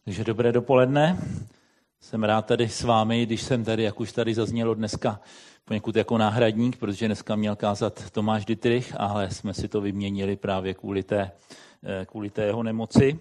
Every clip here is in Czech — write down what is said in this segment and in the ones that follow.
Takže dobré dopoledne. Jsem rád tady s vámi, když jsem tady, jak už tady zaznělo dneska, poněkud jako náhradník, protože dneska měl kázat Tomáš Dittrich, ale jsme si to vyměnili právě kvůli té jeho nemoci.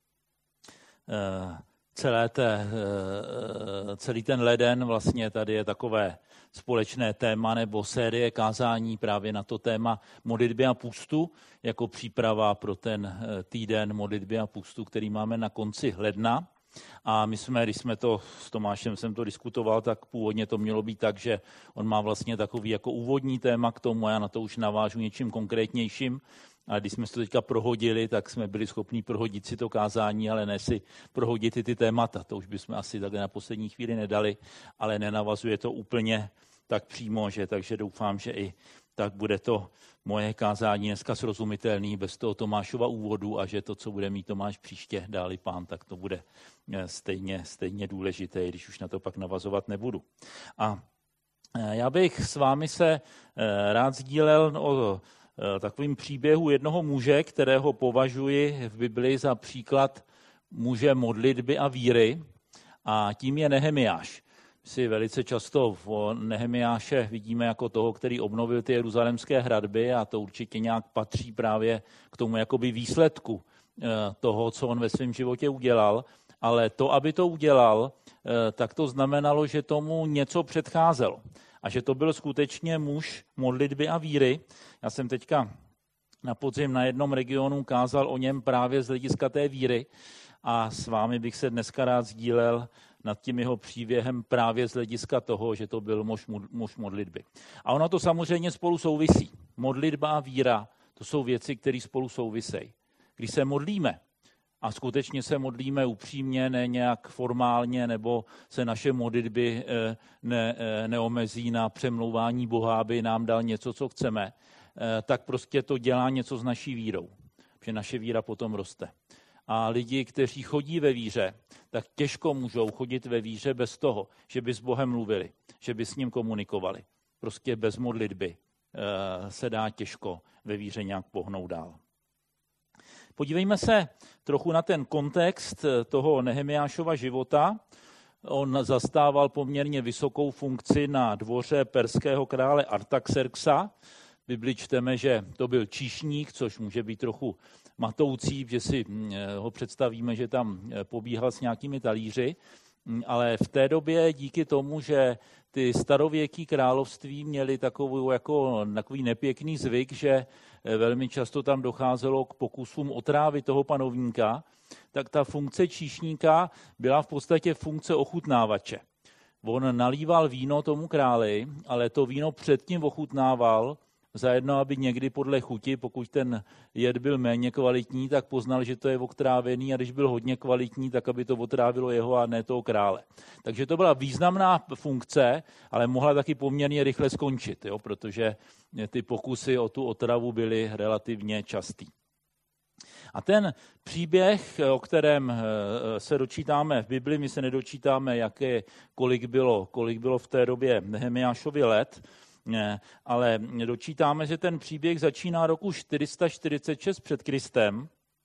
Celý ten leden vlastně tady je takové společné téma nebo série kázání právě na to téma modlitby a půstu, jako příprava pro ten týden modlitby a půstu, který máme na konci ledna. A my jsme, když jsme to s Tomášem jsem to diskutoval, tak původně to mělo být tak, že on má vlastně takový jako úvodní téma k tomu a já na to už navážu něčím konkrétnějším. A když jsme si to teďka prohodili, tak jsme byli schopni prohodit si to kázání, ale ne si prohodit i ty témata. To už bychom asi takhle na poslední chvíli nedali, ale nenavazuje to úplně tak přímo, takže doufám, že i tak bude to moje kázání dneska srozumitelný bez toho Tomášova úvodu a že to, co bude mít Tomáš příště, dál-li Pán, tak to bude stejně důležité, když už na to pak navazovat nebudu. A já bych s vámi se rád sdílel o takovým příběhu jednoho muže, kterého považuji v Bibli za příklad muže modlitby a víry, a tím je Nehemiáš. Si velice často v Nehemiáše vidíme jako toho, který obnovil ty jeruzalémské hradby, a to určitě nějak patří právě k tomu jakoby výsledku toho, co on ve svém životě udělal. Ale to, aby to udělal, tak to znamenalo, že tomu něco předcházelo. A že to byl skutečně muž modlitby a víry. Já jsem teďka na podzim na jednom regionu kázal o něm právě z hlediska té víry a s vámi bych se dneska rád sdílel nad tím jeho příběhem právě z hlediska toho, že to byl muž modlitby. A ono to samozřejmě spolu souvisí. Modlitba a víra, to jsou věci, které spolu souvisejí. Když se modlíme, a skutečně se modlíme upřímně, ne nějak formálně, nebo se naše modlitby neomezí na přemlouvání Boha, aby nám dal něco, co chceme, tak prostě to dělá něco s naší vírou, že naše víra potom roste. A lidi, kteří chodí ve víře, tak těžko můžou chodit ve víře bez toho, že by s Bohem mluvili, že by s ním komunikovali. Prostě bez modlitby se dá těžko ve víře nějak pohnout dál. Podívejme se trochu na ten kontext toho Nehemiášova života. On zastával poměrně vysokou funkci na dvoře perského krále Artaxerxa. V Bibli čteme, že to byl číšník, což může být trochu matoucí, že si ho představíme, že tam pobíhal s nějakými talíři, ale v té době díky tomu, že ty starověký království měli takový nepěkný zvyk, že velmi často tam docházelo k pokusům otrávy toho panovníka, tak ta funkce číšníka byla v podstatě funkce ochutnávače. On nalíval víno tomu králi, ale to víno předtím ochutnával, zajedno, aby někdy podle chuti, pokud ten jed byl méně kvalitní, tak poznal, že to je otrávený, a když byl hodně kvalitní, tak aby to otrávilo jeho a ne toho krále. Takže to byla významná funkce, ale mohla taky poměrně rychle skončit, protože ty pokusy o tu otravu byly relativně častý. A ten příběh, o kterém se dočítáme v Bibli, my se nedočítáme, kolik bylo v té době Nehemiášovi let, ale dočítáme, že ten příběh začíná roku 446 před Kristem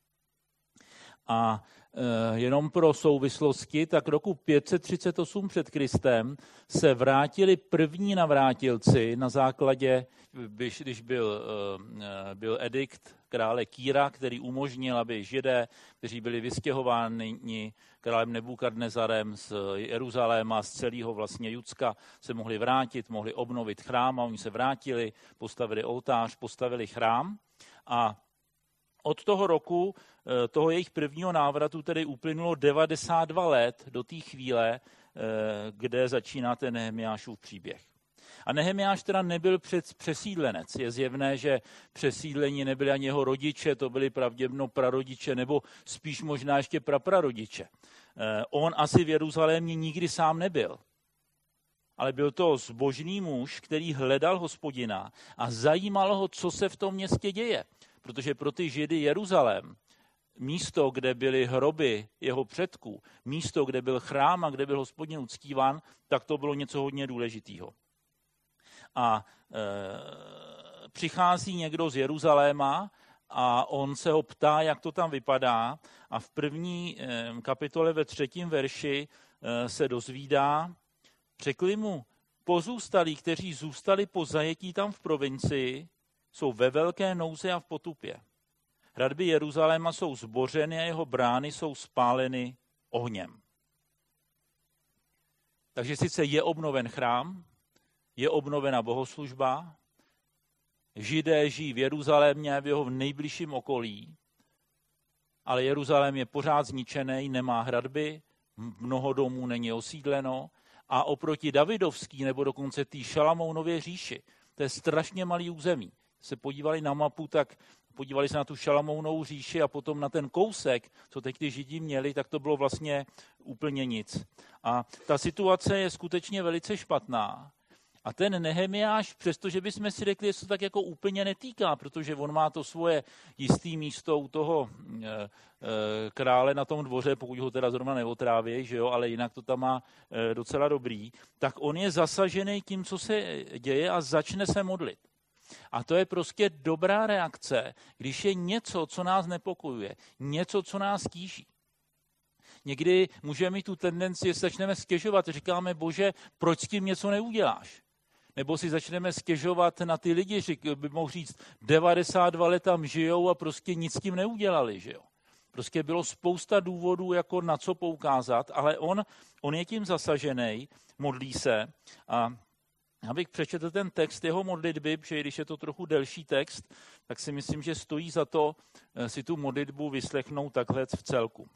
a jenom pro souvislosti, tak roku 538 před Kristem se vrátili první navrátilci na základě, když byl edikt krále Kýra, který umožnil, aby Židé, kteří byli vystěhováni králem Nebukadnezarem z Jeruzaléma, z celého vlastně Judska, se mohli vrátit, mohli obnovit chrám, a oni se vrátili, postavili oltář, postavili chrám, a od toho roku, toho jejich prvního návratu, tedy uplynulo 92 let do té chvíle, kde začíná ten Nehemiášův příběh. A Nehemiáš teda nebyl přesídlenec. Je zjevné, že přesídlení nebyli ani jeho rodiče, to byli pravděpodobně prarodiče, nebo spíš možná ještě praprarodiče. On asi v Jeruzalémě nikdy sám nebyl. Ale byl to zbožný muž, který hledal Hospodina a zajímalo ho, co se v tom městě děje. Protože pro ty Židy Jeruzalém, místo, kde byly hroby jeho předků, místo, kde byl chrám a kde byl Hospodin uctíván, tak to bylo něco hodně důležitého. A přichází někdo z Jeruzaléma a on se ho ptá, jak to tam vypadá a v první kapitole ve 3. verši se dozvídá, řekli mu, pozůstalí, kteří zůstali po zajetí tam v provincii, jsou ve velké nouzi a v potupě. Hradby Jeruzaléma jsou zbořeny a jeho brány jsou spáleny ohněm. Takže sice je obnoven chrám, je obnovena bohoslužba, Židé žijí v Jeruzalémě a v jeho nejbližším okolí, ale Jeruzalém je pořád zničený, nemá hradby, mnoho domů není osídleno a oproti Davidovský nebo dokonce té Šalamounově říši, to je strašně malý území. Se podívali na mapu, tak podívali se na tu Šalamounovou říši a potom na ten kousek, co teď ty Židi měli, tak to bylo vlastně úplně nic. A ta situace je skutečně velice špatná. A ten Nehemiáš, přestože bychom si řekli, že se to tak jako úplně netýká, protože on má to svoje jisté místo u toho krále na tom dvoře, pokud ho teda zrovna neotráví, že jo, ale jinak to tam má docela dobrý, tak on je zasažený tím, co se děje a začne se modlit. A to je prostě dobrá reakce, když je něco, co nás nepokojuje, něco, co nás tíží. Někdy můžeme mít tu tendenci, že se začneme stěžovat, říkáme, Bože, proč s tím něco neuděláš? Nebo si začneme stěžovat na ty lidi, že by mohl říct, 92 let tam žijou a prostě nic s tím neudělali, že jo. Prostě bylo spousta důvodů, jako na co poukázat, ale on je tím zasažený, modlí se a abych přečetl ten text jeho modlitby, protože když je to trochu delší text, tak si myslím, že stojí za to si tu modlitbu vyslechnout takhle v celku.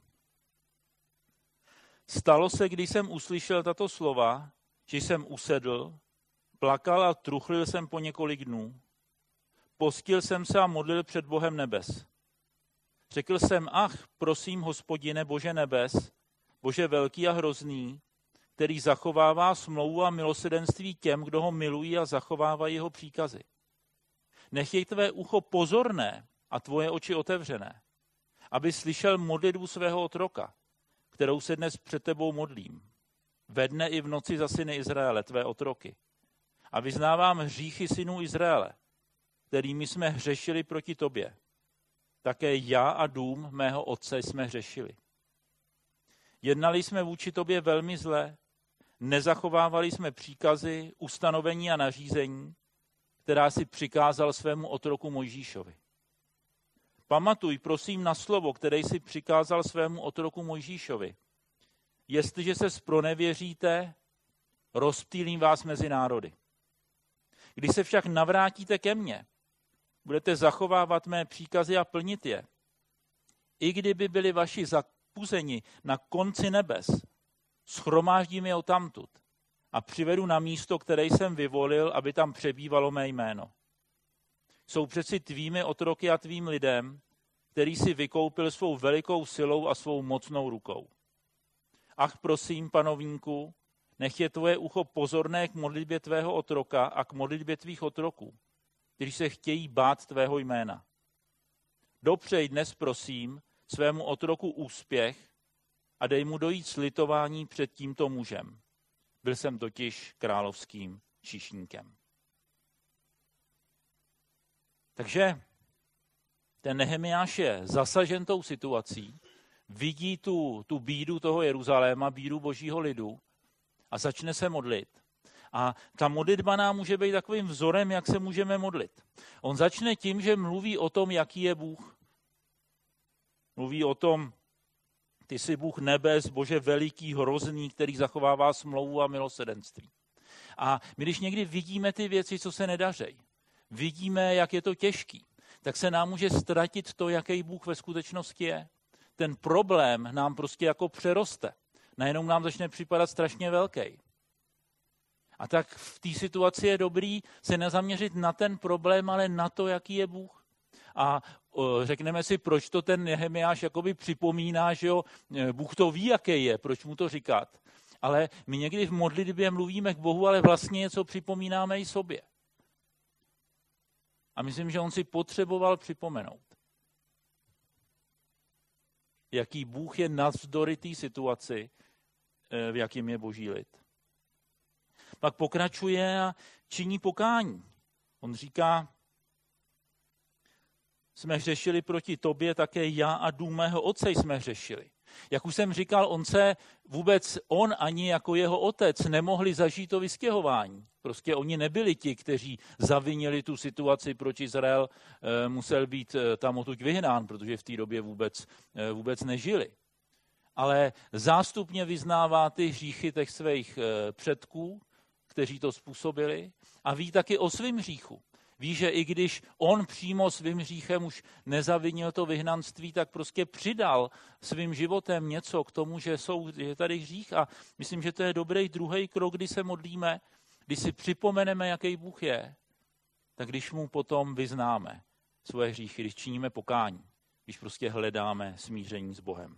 Stalo se, když jsem uslyšel tato slova, že jsem usedl, plakal a truchlil jsem po několik dnů. Postil jsem se a modlil před Bohem nebes. Řekl jsem, prosím, Hospodine, Bože nebes, Bože velký a hrozný, který zachovává smlouvu a milosrdenství těm, kdo ho milují a zachovávají jeho příkazy. Nech je tvé ucho pozorné a tvoje oči otevřené, aby slyšel modlitbu svého otroka, kterou se dnes před tebou modlím. Ve dne i v noci za syny Izraele, tvé otroky. A vyznávám hříchy synů Izraele, kterými jsme hřešili proti tobě. Také já a dům mého otce jsme hřešili. Jednali jsme vůči tobě velmi zle, nezachovávali jsme příkazy, ustanovení a nařízení, která si přikázal svému otroku Mojžíšovi. Pamatuj, prosím, na slovo, které jsi přikázal svému otroku Mojžíšovi. Jestliže se zpronevěříte, rozptýlím vás mezi národy. Když se však navrátíte ke mně, budete zachovávat mé příkazy a plnit je. I kdyby byli vaši zapuzeni na konci nebes, shromáždím je odtamtud a přivedu na místo, které jsem vyvolil, aby tam přebývalo mé jméno. Jsou přeci tvými otroky a tvým lidem, který si vykoupil svou velikou silou a svou mocnou rukou. Prosím, panovníku, nech je tvoje ucho pozorné k modlitbě tvého otroka a k modlitbě tvých otroků, kteří se chtějí bát tvého jména. Dopřej dnes, prosím, svému otroku úspěch a dej mu dojít slitování před tímto mužem. Byl jsem totiž královským číšníkem. Takže ten Nehemiáš je zasažen tou situací, vidí tu bídu toho Jeruzaléma, bídu božího lidu a začne se modlit. A ta modlitba nám může být takovým vzorem, jak se můžeme modlit. On začne tím, že mluví o tom, jaký je Bůh. Mluví o tom, ty jsi Bůh nebes, Bože veliký, hrozný, který zachovává smlouvu a milosrdenství. A my, když někdy vidíme ty věci, co se nedaří, vidíme, jak je to těžký, tak se nám může ztratit to, jaký Bůh ve skutečnosti je. Ten problém nám prostě jako přeroste. Najednou nám začne připadat strašně velký. A tak v té situaci je dobrý se nezaměřit na ten problém, ale na to, jaký je Bůh. A řekneme si, proč to ten Nehemiáš jakoby připomíná, že jo, Bůh to ví, jaký je, proč mu to říkat. Ale my někdy v modlitbě mluvíme k Bohu, ale vlastně něco připomínáme i sobě. A myslím, že on si potřeboval připomenout, jaký Bůh je navzdory té situaci, v jakém je boží lid. Pak pokračuje a činí pokání. On říká, jsme hřešili proti tobě, také já a dům mého otce jsme hřešili. Jak už jsem říkal, on ani jako jeho otec nemohli zažít to vystěhování. Prostě oni nebyli ti, kteří zavinili tu situaci, proč Izrael musel být tam odtud vyhnán, protože v té době vůbec nežili. Ale zástupně vyznává ty hříchy těch svých předků, kteří to způsobili, a ví taky o svém hříchu. Ví, že i když on přímo svým hříchem už nezavinil to vyhnanství, tak prostě přidal svým životem něco k tomu, že je tady hřích, a myslím, že to je dobrý druhý krok, kdy se modlíme, když si připomeneme, jaký Bůh je, tak když mu potom vyznáme svoje hříchy, když činíme pokání, když prostě hledáme smíření s Bohem.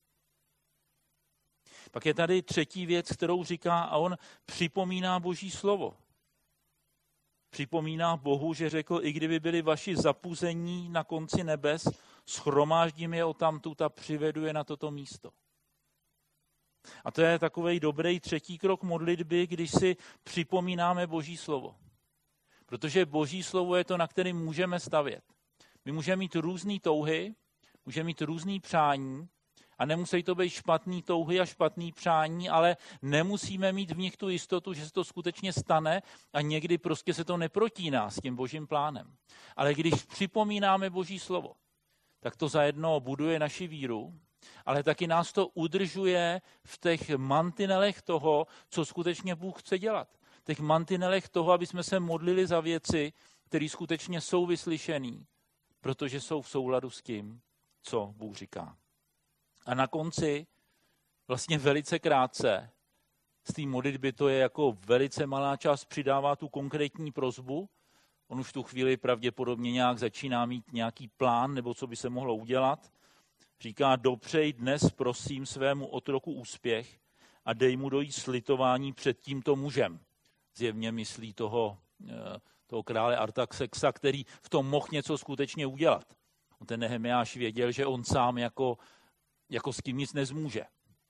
Pak je tady třetí věc, kterou říká, a on připomíná Boží slovo. Připomíná Bohu, že řekl, i kdyby byli vaši zapuzení na konci nebes, shromáždím je odtamtud a přivedu je na toto místo. A to je takovej dobrý třetí krok modlitby, když si připomínáme Boží slovo. Protože Boží slovo je to, na kterém můžeme stavět. My můžeme mít různé touhy, můžeme mít různé přání, a nemusí to být špatný touhy a špatný přání, ale nemusíme mít v nich tu jistotu, že se to skutečně stane, a někdy prostě se to neprotíná s tím Božím plánem. Ale když připomínáme Boží slovo, tak to zajedno buduje naši víru, ale taky nás to udržuje v těch mantinelech toho, co skutečně Bůh chce dělat. V těch mantinelech toho, aby jsme se modlili za věci, které skutečně jsou vyslyšený, protože jsou v souladu s tím, co Bůh říká. A na konci, vlastně velice krátce, z té modlitby to je jako velice malá část, přidává tu konkrétní prosbu. On už v tu chvíli pravděpodobně nějak začíná mít nějaký plán, nebo co by se mohlo udělat. Říká, dopřej dnes prosím svému otroku úspěch a dej mu dojít slitování před tímto mužem. Zjevně myslí toho krále Artaxerxa, který v tom mohl něco skutečně udělat. Ten Nehemiáš věděl, že on sám jako s tím nic nezmůže.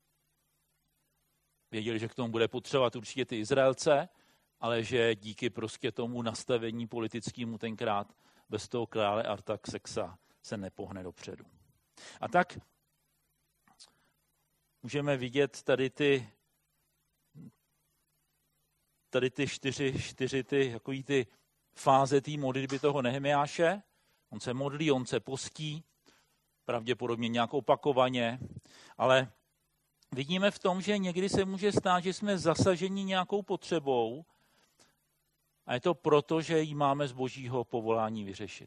Věděl, že k tomu bude potřebovat určitě ty Izraelce, ale že díky prostě tomu nastavení politickému tenkrát bez toho krále Artaxerxa se nepohne dopředu. A tak můžeme vidět tady ty čtyři ty fáze té modlitby toho Nehemiáše. On se modlí, on se postí, pravděpodobně nějak opakovaně, ale vidíme v tom, že někdy se může stát, že jsme zasaženi nějakou potřebou, a je to proto, že ji máme z Božího povolání vyřešit.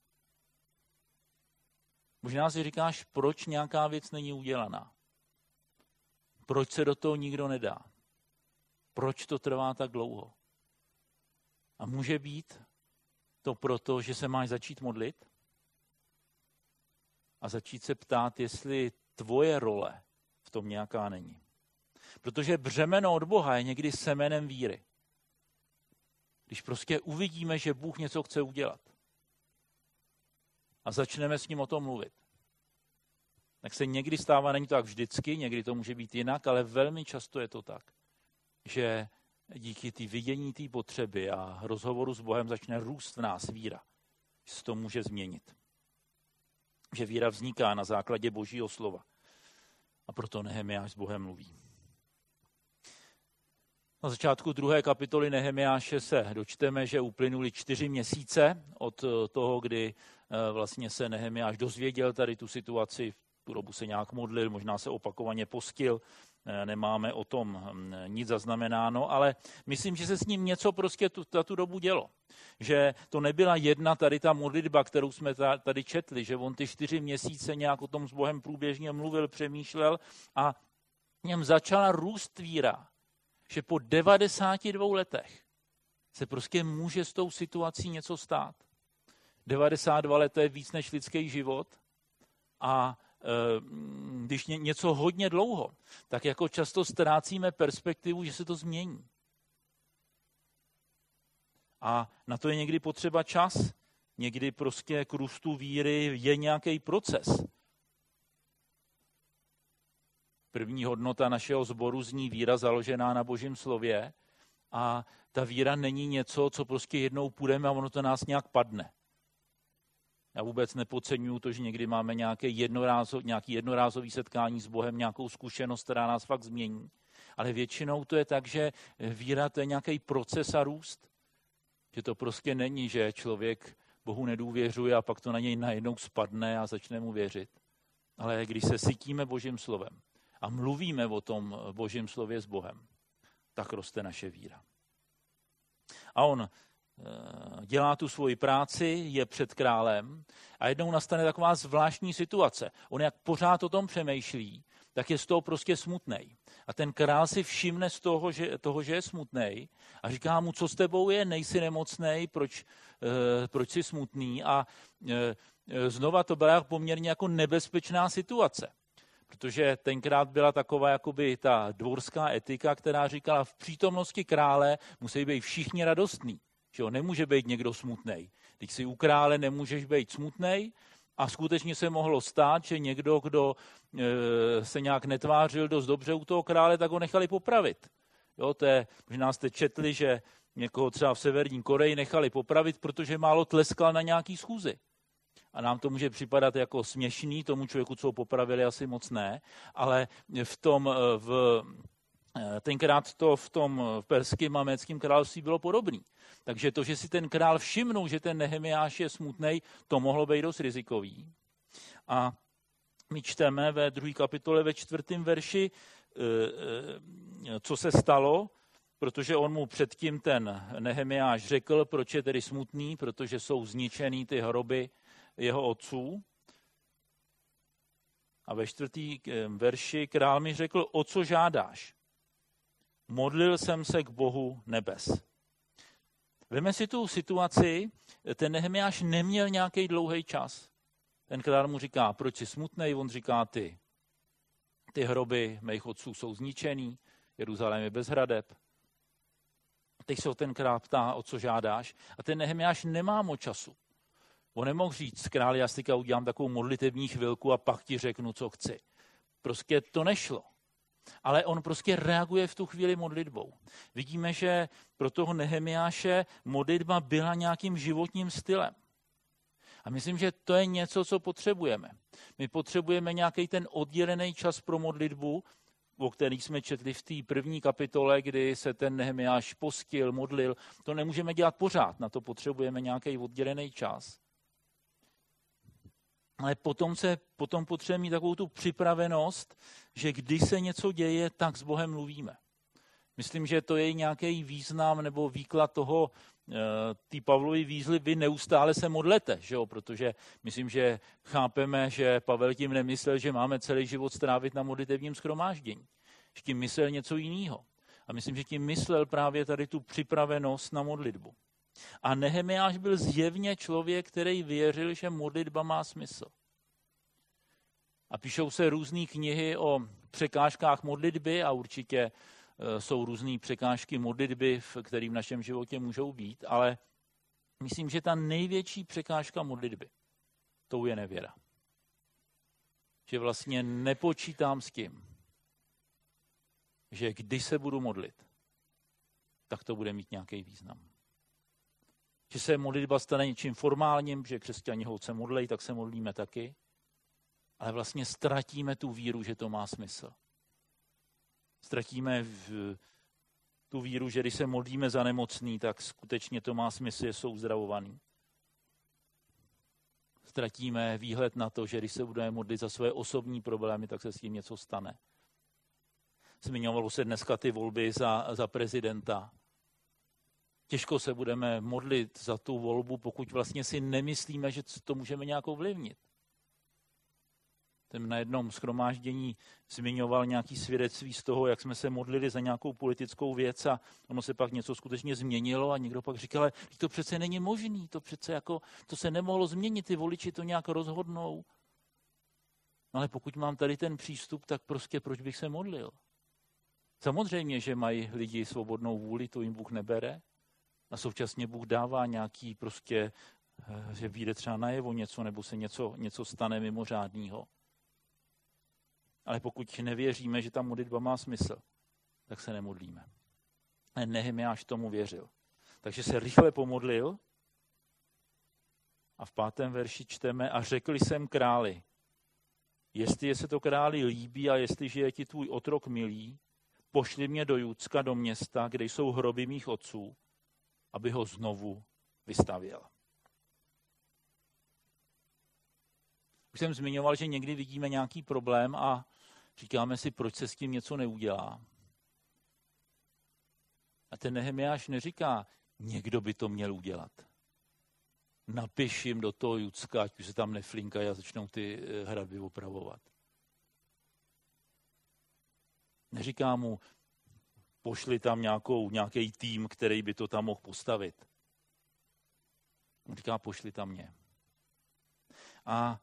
Možná si říkáš, proč nějaká věc není udělaná? Proč se do toho nikdo nedá? Proč to trvá tak dlouho? A může být to proto, že se máš začít modlit a začít se ptát, jestli tvoje role v tom nějaká není. Protože břemeno od Boha je někdy semenem víry. Když prostě uvidíme, že Bůh něco chce udělat a začneme s ním o tom mluvit, tak se někdy stává, není to tak vždycky, někdy to může být jinak, ale velmi často je to tak, že díky té vidění té potřeby a rozhovoru s Bohem začne růst v nás víra, že se to může změnit. Že víra vzniká na základě Božího slova. A proto Nehemiáš s Bohem mluví. Na začátku 2. kapitoly Nehemiáše se dočteme, že uplynuly 4 měsíce od toho, kdy vlastně se Nehemiáš dozvěděl tady tu situaci. V tu dobu se nějak modlil, možná se opakovaně postil, nemáme o tom nic zaznamenáno, ale myslím, že se s ním něco prostě za tu dobu dělo. Že to nebyla jedna tady ta modlitba, kterou jsme tady četli, že on ty 4 měsíce nějak o tom s Bohem průběžně mluvil, přemýšlel a v něm začala růst víra, že po 92 letech se prostě může s tou situací něco stát. 92 let je víc než lidský život a když něco hodně dlouho, tak jako často ztrácíme perspektivu, že se to změní. A na to je někdy potřeba čas. Někdy prostě k růstu víry je nějaký proces. První hodnota našeho sboru zní víra založená na Božím slově a ta víra není něco, co prostě jednou půjdeme a ono to nás nějak padne. Já vůbec nepodceňuju to, že někdy máme nějaký jednorázový setkání s Bohem, nějakou zkušenost, která nás fakt změní. Ale většinou to je tak, že víra to je nějaký proces a růst. Že to prostě není, že člověk Bohu nedůvěřuje a pak to na něj najednou spadne a začne mu věřit. Ale když se sytíme Božím slovem a mluvíme o tom Božím slově s Bohem, tak roste naše víra. A on dělá tu svoji práci, je před králem a jednou nastane taková zvláštní situace. On jak pořád o tom přemýšlí, tak je z toho prostě smutnej. A ten král si všimne z toho, že je smutnej a říká mu, co s tebou je, nejsi nemocnej, proč jsi smutný. A znova to byla poměrně jako nebezpečná situace. Protože tenkrát byla taková jakoby ta dvorská etika, která říkala, v přítomnosti krále musí být všichni radostní. Že jo, nemůže být někdo smutnej. Když si u krále nemůžeš být smutnej a skutečně se mohlo stát, že někdo, kdo se nějak netvářil dost dobře u toho krále, tak ho nechali popravit. Jo, možná jste četli, že někoho třeba v Severní Koreji nechali popravit, protože málo tleskal na nějaký schůzi. A nám to může připadat jako směšný, tomu člověku, co ho popravili, asi moc ne, ale tenkrát to v tom perském a médském království bylo podobný. Takže to, že si ten král všimnul, že ten Nehemiáš je smutnej, to mohlo být dost rizikový. A my čteme ve 2. kapitole ve 4. verši, co se stalo, protože on mu předtím ten Nehemiáš řekl, proč je tedy smutný, protože jsou zničený ty hroby jeho otců. A ve 4. verši král mi řekl, o co žádáš? Modlil jsem se k Bohu nebes. Veme si tu situaci, ten Nehemiáš neměl nějaký dlouhý čas. Ten král mu říká, proč jsi smutnej? On říká, ty hroby mých otců jsou zničený, Jeruzalém je bez hradeb. Teď se ten král ptá, o co žádáš. A ten Nehemiáš nemá moc času. On nemohl říct, králi, já si teďka udělám takovou modlitevní chvilku a pak ti řeknu, co chci. Prostě to nešlo. Ale on prostě reaguje v tu chvíli modlitbou. Vidíme, že pro toho Nehemiáše modlitba byla nějakým životním stylem. A myslím, že to je něco, co potřebujeme. My potřebujeme nějaký ten oddělený čas pro modlitbu, o který jsme četli v té 1. kapitole, kdy se ten Nehemiáš postil, modlil. To nemůžeme dělat pořád, na to potřebujeme nějaký oddělený čas. Ale potom potřebujeme mít takovou tu připravenost, že když se něco děje, tak s Bohem mluvíme. Myslím, že to je nějaký význam nebo výklad toho, té Pavlovy výzvy, vy neustále se modlete, že jo? Protože myslím, že chápeme, že Pavel tím nemyslel, že máme celý život strávit na modlitevním shromáždění. Že tím myslel něco jiného. A myslím, že tím myslel právě tady tu připravenost na modlitbu. A Nehemiáš byl zjevně člověk, který věřil, že modlitba má smysl. A píšou se různé knihy o překážkách modlitby a určitě jsou různé překážky modlitby, které v našem životě můžou být, ale myslím, že ta největší překážka modlitby, tou je nevěra. Že vlastně nepočítám s tím, že když se budu modlit, tak to bude mít nějaký význam. Že se modlitba stane něčím formálním, že křesťani se modlí, tak se modlíme taky, ale vlastně ztratíme tu víru, že to má smysl. Ztratíme tu víru, že když se modlíme za nemocný, tak skutečně to má smysl, že jsou uzdravovaný. Ztratíme výhled na to, že když se budeme modlit za své osobní problémy, tak se s tím něco stane. Zmiňovalo se dneska ty volby za prezidenta. Těžko se budeme modlit za tu volbu, pokud vlastně si nemyslíme, že to můžeme nějak ovlivnit. Jsem na jednom shromáždění zmiňoval nějaké svědectví z toho, jak jsme se modlili za nějakou politickou věc a ono se pak něco skutečně změnilo a někdo pak říkal, ale to přece není možný, to se nemohlo změnit, ty voliči to nějak rozhodnou. No ale pokud mám tady ten přístup, tak prostě proč bych se modlil? Samozřejmě, že mají lidi svobodnou vůli, to jim Bůh nebere a současně Bůh dává nějaký prostě, že vyjde třeba najevo něco nebo se něco stane mimořádného. Ale pokud nevěříme, že ta modlitba má smysl, tak se nemodlíme. Nehemiáš tomu věřil. Takže se rychle pomodlil A v 5. verši čteme, a řekl jsem králi, jestli se to králi líbí a jestliže je ti tvůj otrok milý, pošli mě do Judska, do města, kde jsou hroby mých otců, aby ho znovu vystavěl. Už jsem zmiňoval, že někdy vidíme nějaký problém a říkáme si, proč se s tím něco neudělá. A ten Nehemiáš neříká, někdo by to měl udělat. Napiš jim do toho Judska, ať už se tam neflinkají a začnou ty hradby opravovat. Neříká mu, pošli tam nějaký tým, který by to tam mohl postavit. On říká, pošli tam mě. A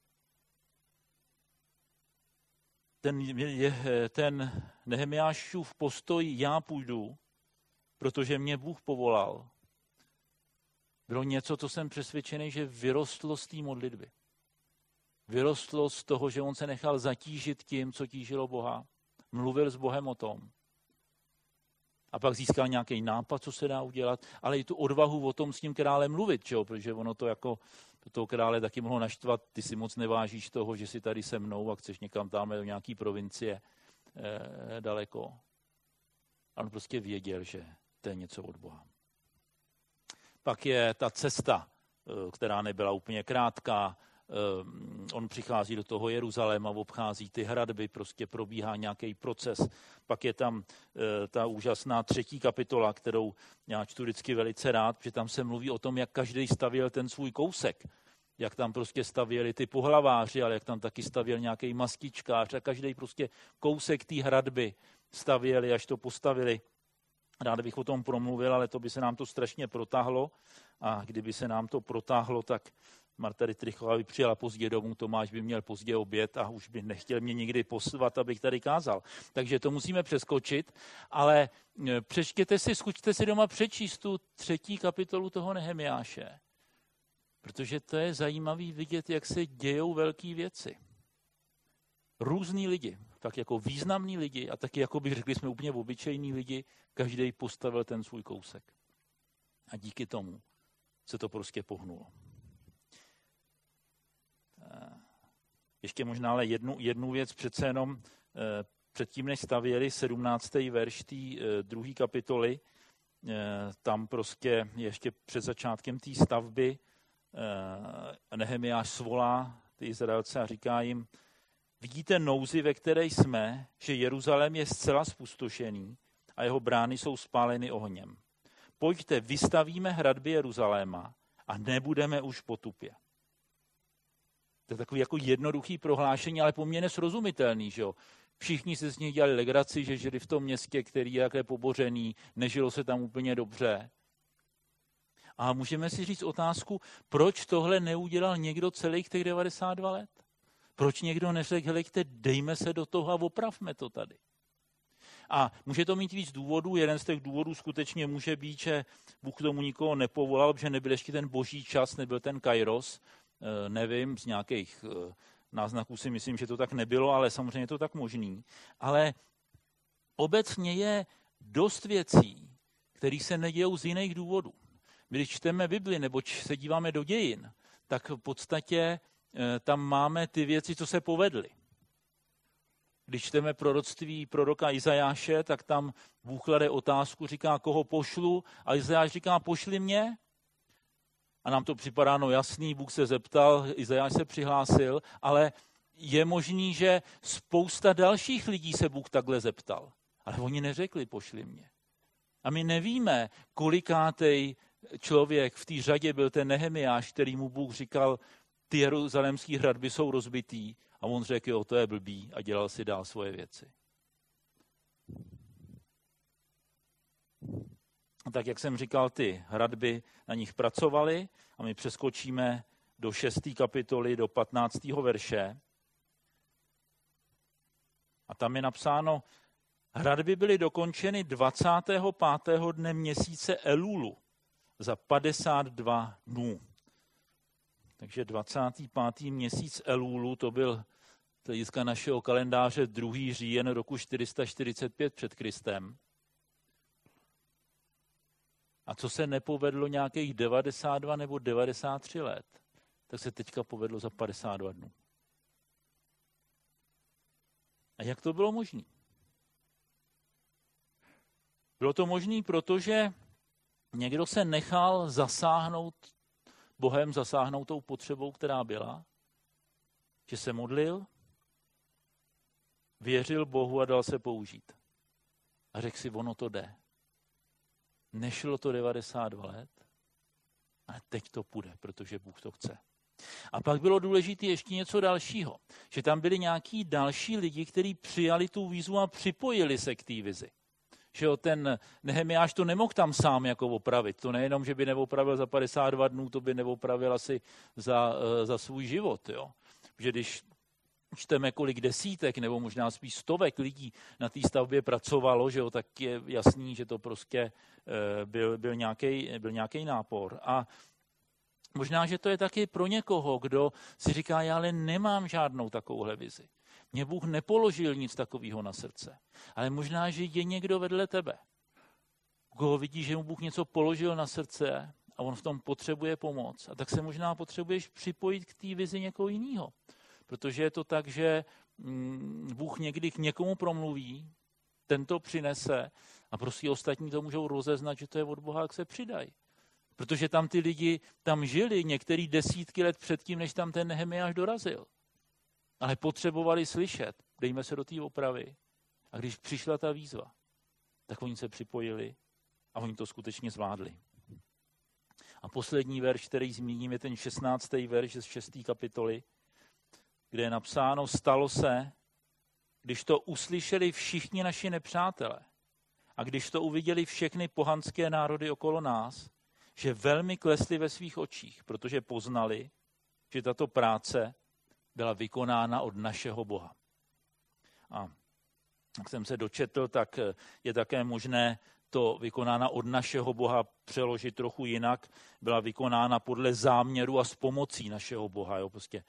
ten Nehemiášův postoj, já půjdu, protože mě Bůh povolal, bylo něco, co jsem přesvědčený, že vyrostlo z té modlitby. Vyrostlo z toho, že on se nechal zatížit tím, co tížilo Boha. Mluvil s Bohem o tom. A pak získal nějaký nápad, co se dá udělat, ale i tu odvahu o tom s tím králem mluvit, čo? Protože ono to jako toho krále taky mohlo naštvat, ty si moc nevážíš toho, že jsi tady se mnou a chceš někam tam do nějaký provincie daleko. A on prostě věděl, že to je něco od Boha. Pak je ta cesta, která nebyla úplně krátká. On přichází do toho Jeruzaléma, obchází ty hradby, prostě probíhá nějaký proces. Pak je tam ta úžasná 3. kapitola, kterou já čtu vždycky velice rád, protože tam se mluví o tom, jak každý stavěl ten svůj kousek. Jak tam prostě stavěli ty pohlaváři, ale jak tam taky stavěl nějaký mastičkář a každý prostě kousek té hradby stavěli, až to postavili. Rád bych o tom promluvil, ale to by se nám to strašně protáhlo. A kdyby se nám to protáhlo, tak Marta Rytrichová by přijela pozdě domů, Tomáš by měl pozdě oběd a už by nechtěl mě nikdy pozvat, abych tady kázal. Takže to musíme přeskočit, ale přečtěte si, zkuste si doma přečíst tu 3. kapitolu toho Nehemiáše. Protože to je zajímavý vidět, jak se dějou velké věci. Různý lidi, tak jako významní lidi a taky, jako bych řekli, jsme úplně obyčejní lidi, každý postavil ten svůj kousek. A díky tomu se to prostě pohnulo. Ještě možná ale jednu věc přece jenom předtím, než stavěli 17. verš té 2. kapitoly, tam prostě ještě před začátkem té stavby Nehemiáš svolá ty Izraelce a říká jim, vidíte nouzi, ve které jsme, že Jeruzalém je zcela zpustošený a jeho brány jsou spáleny ohněm. Pojďte, vystavíme hradby Jeruzaléma a nebudeme už potupě. To je takový jako jednoduchý prohlášení, ale poměrně srozumitelný, že jo. Všichni si z nich dělali legraci, že žili v tom městě, který je takhle pobořený, nežilo se tam úplně dobře. A můžeme si říct otázku, proč tohle neudělal někdo celých těch 92 let? Proč někdo neřekl, helejte, dejme se do toho a opravme to tady? A může to mít víc důvodů. Jeden z těch důvodů skutečně může být, že Bůh k tomu nikoho nepovolal, protože nebyl ještě ten boží čas, nebyl ten kairos. Nevím, z nějakých náznaků si myslím, že to tak nebylo, ale samozřejmě je to tak možný. Ale obecně je dost věcí, které se nedějou z jiných důvodů. Když čteme Bibli nebo se díváme do dějin, tak v podstatě tam máme ty věci, co se povedly. Když čteme proroctví proroka Izajáše, tak tam Bůh klade otázku, říká, koho pošlu, a Izajáš říká, pošli mě. A nám to připadá jasný, Bůh se zeptal, Izajáš se přihlásil, ale je možný, že spousta dalších lidí se Bůh takhle zeptal. Ale oni neřekli, pošli mě. A my nevíme, kolikátej člověk v té řadě byl ten Nehemiáš, který mu Bůh říkal, ty jeruzalémský hradby jsou rozbitý. A on řekl, jo, to je blbý a dělal si dál svoje věci. A tak, jak jsem říkal, ty hradby na nich pracovaly a my přeskočíme do 6. kapitoly, do 15. verše. A tam je napsáno, hradby byly dokončeny 25. dne měsíce Elulu za 52 dnů. Takže 25. měsíc Elulu, to byl z hlediska našeho kalendáře 2. říjen roku 445 před Kristem. A co se nepovedlo nějakých 92 nebo 93 let. tak se teďka povedlo za 52 dnů. A jak to bylo možné? Bylo to možné, protože někdo se nechal zasáhnout Bohem, zasáhnout tou potřebou, která byla, že se modlil, věřil Bohu a dal se použít. A řekl si, ono to jde. Nešlo to 92 let, ale teď to půjde, protože Bůh to chce. A pak bylo důležité ještě něco dalšího, že tam byli nějaký další lidi, kteří přijali tu výzvu a připojili se k té vizi. Že jo, ten Nehemiáš to nemohl tam sám jako opravit. To nejenom, že by neopravil za 52 dnů, to by neopravil asi za svůj život. Jo. Že když čteme, kolik desítek nebo možná spíš stovek lidí na té stavbě pracovalo, že jo, tak je jasný, že to prostě byl nějaký nápor. A možná, že to je taky pro někoho, kdo si říká, já ale nemám žádnou takovouhle vizi. Mě Bůh nepoložil nic takového na srdce. Ale možná, že je někdo vedle tebe, koho vidí, že mu Bůh něco položil na srdce a on v tom potřebuje pomoc. A tak se možná potřebuješ připojit k té vizi někoho jiného. Protože je to tak, že Bůh někdy k někomu promluví, ten to přinese a prostě ostatní to můžou rozeznat, že to je od Boha, jak se přidají. Protože tam ty lidi tam žili některý desítky let předtím, než tam ten Nehemiáš dorazil. Ale potřebovali slyšet, dejme se do té opravy. A když přišla ta výzva, tak oni se připojili a oni to skutečně zvládli. A poslední verš, který zmíním, je ten 16. verš z 6. kapitoly, kde je napsáno, stalo se, když to uslyšeli všichni naši nepřátelé a když to uviděli všechny pohanské národy okolo nás, že velmi klesli ve svých očích, protože poznali, že tato práce byla vykonána od našeho Boha. A jak jsem se dočetl, tak je také možné to vykonána od našeho Boha přeložit trochu jinak. Byla vykonána podle záměru a s pomocí našeho Boha. Jo? Prostě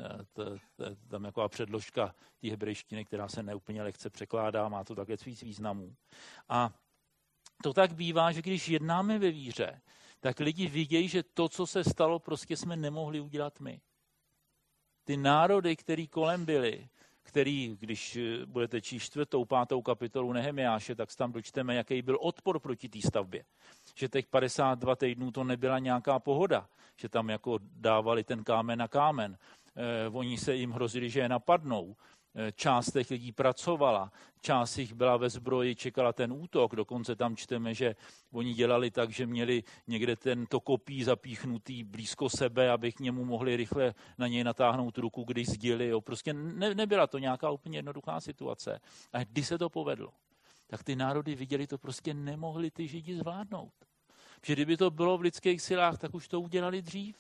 tam taková předložka té hebrejštiny, která se neúplně lehce překládá, má to také víc významů. A to tak bývá, že když jednáme ve víře, tak lidi vidějí, že to, co se stalo, prostě jsme nemohli udělat my. Ty národy, který kolem byly, který, když budete číst 4., 5. kapitolu Nehemiáše, tak tam dočteme, jaký byl odpor proti té stavbě. Že těch 52 týdnů to nebyla nějaká pohoda, že tam jako dávali ten kámen na kámen. Oni se jim hrozili, že je napadnou. Část těch lidí pracovala, část jich byla ve zbroji, čekala ten útok, dokonce tam čteme, že oni dělali tak, že měli někde tento kopí zapíchnutý blízko sebe, aby k němu mohli rychle na něj natáhnout ruku, když zděli. Jo. Prostě nebyla to nějaká úplně jednoduchá situace. A když se to povedlo, tak ty národy viděli, to prostě nemohli ty Židi zvládnout. Protože kdyby to bylo v lidských silách, tak už to udělali dřív.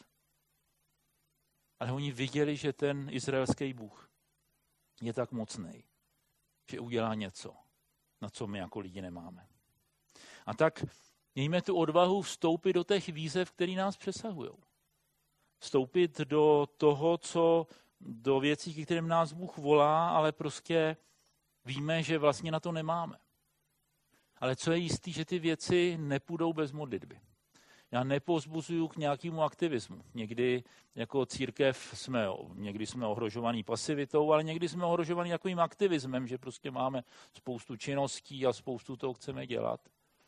Ale oni viděli, že ten izraelský Bůh je tak mocný, že udělá něco, na co my jako lidi nemáme. A tak mějme tu odvahu vstoupit do těch výzev, které nás přesahují. Vstoupit do toho, do věcí, k kterým nás Bůh volá, ale prostě víme, že vlastně na to nemáme. Ale co je jistý, že ty věci nepůjdou bez modlitby. Já nepozbuzuju k nějakému aktivismu. Někdy jako církev někdy jsme ohrožovaní pasivitou, ale někdy jsme ohrožovaní takovým aktivismem, že prostě máme spoustu činností a spoustu toho chceme dělat.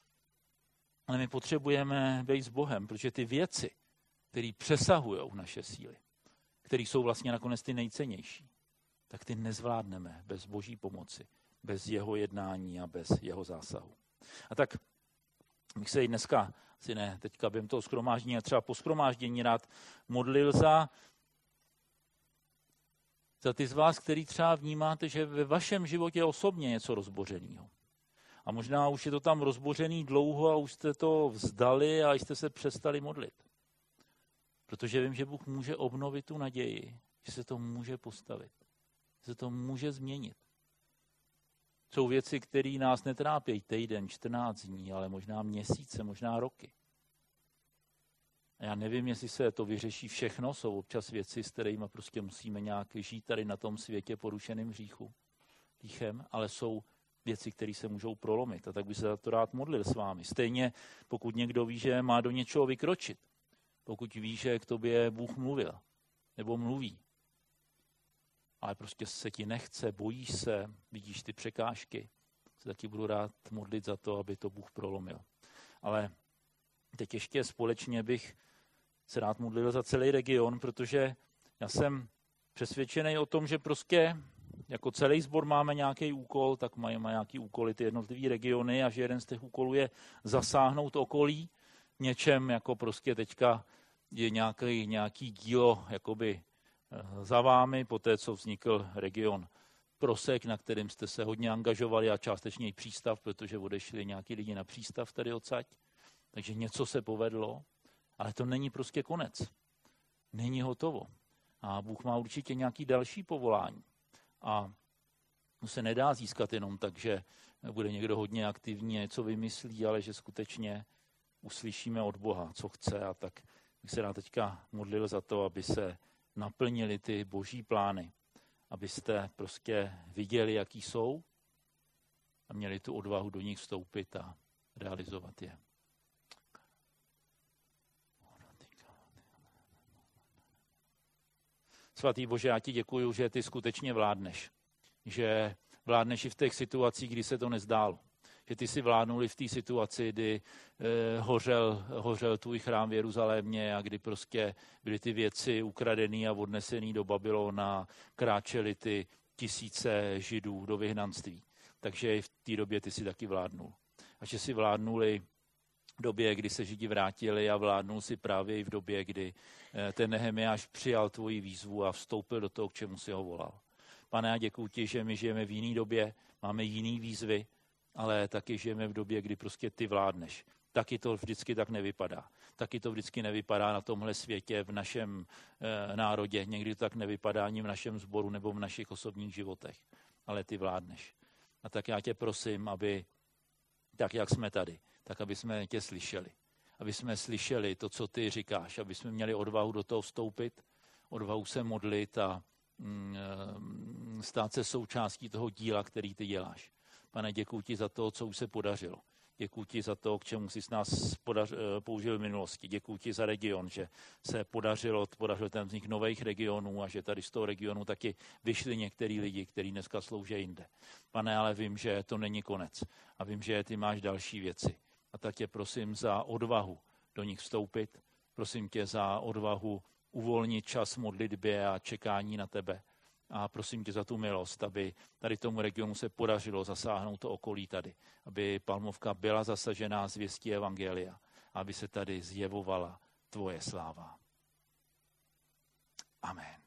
Ale my potřebujeme být s Bohem, protože ty věci, které přesahují naše síly, které jsou vlastně nakonec ty nejcennější, tak ty nezvládneme bez Boží pomoci, bez jeho jednání a bez jeho zásahu. A tak bych se i dneska, teďka během toho shromáždění a třeba po shromáždění rád modlil za ty z vás, který třeba vnímáte, že ve vašem životě je osobně něco rozbořeného. A možná už je to tam rozbořený dlouho a už jste to vzdali a jste se přestali modlit. Protože vím, že Bůh může obnovit tu naději, že se to může postavit, že se to může změnit. Jsou věci, které nás netrápí týden, 14 dní, ale možná měsíce, možná roky. A já nevím, jestli se to vyřeší všechno, jsou občas věci, s kterými prostě musíme nějak žít tady na tom světě porušeným hříchem, ale jsou věci, které se můžou prolomit. A tak bych se za to rád modlil s vámi. Stejně, pokud někdo ví, že má do něčeho vykročit, pokud ví, že k tobě Bůh mluvil, nebo mluví. Ale prostě se ti nechce, bojíš se, vidíš ty překážky, se taky budu rád modlit za to, aby to Bůh prolomil. Ale teď ještě společně bych se rád modlil za celý region, protože já jsem přesvědčený o tom, že prostě jako celý sbor máme nějaký úkol, tak mají nějaký úkoly ty jednotlivé regiony a že jeden z těch úkolů je zasáhnout okolí něčem, jako prostě teďka je nějaký dílo jakoby za vámi, po té, co vznikl region Prosek, na kterým jste se hodně angažovali a částečně i přístav, protože odešli nějaký lidi na přístav tady odsaď. Takže něco se povedlo, ale to není prostě konec. Není hotovo. A Bůh má určitě nějaký další povolání. A to se nedá získat jenom tak, že bude někdo hodně aktivní a něco vymyslí, ale že skutečně uslyšíme od Boha, co chce. A tak bych se rád teďka modlil za to, aby se naplnili ty boží plány. Abyste prostě viděli, jaký jsou a měli tu odvahu do nich vstoupit a realizovat je. Svatý Bože, já ti děkuju, že ty skutečně vládneš. Že vládneš i v těch situacích, kdy se to nezdálo. Že ty si vládnul i v té situaci, kdy hořel tvůj chrám v Jeruzalémě a kdy prostě byly ty věci ukradený a odnesený do Babylona, kráčely ty tisíce Židů do vyhnanství. Takže i v té době ty si taky vládnul. A že si vládnuli v době, kdy se Židi vrátili a vládnul si právě i v době, kdy ten Nehemiáš přijal tvoji výzvu a vstoupil do toho, k čemu si ho volal. Pane, já děkuji ti, že my žijeme v jiné době, máme jiný výzvy, ale taky žijeme v době, kdy prostě ty vládneš. Taky to vždycky tak nevypadá. Taky to vždycky nevypadá na tomhle světě, v našem národě. Někdy to tak nevypadá ani v našem sboru nebo v našich osobních životech. Ale ty vládneš. A tak já tě prosím, aby tak, jak jsme tady, tak aby jsme tě slyšeli. Aby jsme slyšeli to, co ty říkáš. Aby jsme měli odvahu do toho vstoupit, odvahu se modlit a stát se součástí toho díla, který ty děláš. Pane, děkuji ti za to, co už se podařilo. Děkuji ti za to, k čemu jsi nás použil v minulosti. Děkuji ti za region, že se podařil ten vznik nových regionů a že tady z toho regionu taky vyšli některý lidi, kteří dneska slouží jinde. Pane, ale vím, že to není konec a vím, že ty máš další věci. A tak tě prosím za odvahu do nich vstoupit. Prosím tě za odvahu uvolnit čas modlitbě a čekání na tebe. A prosím tě za tu milost, aby tady tomu regionu se podařilo zasáhnout to okolí tady. Aby Palmovka byla zasažená zvěstí evangelia. Aby se tady zjevovala tvoje sláva. Amen.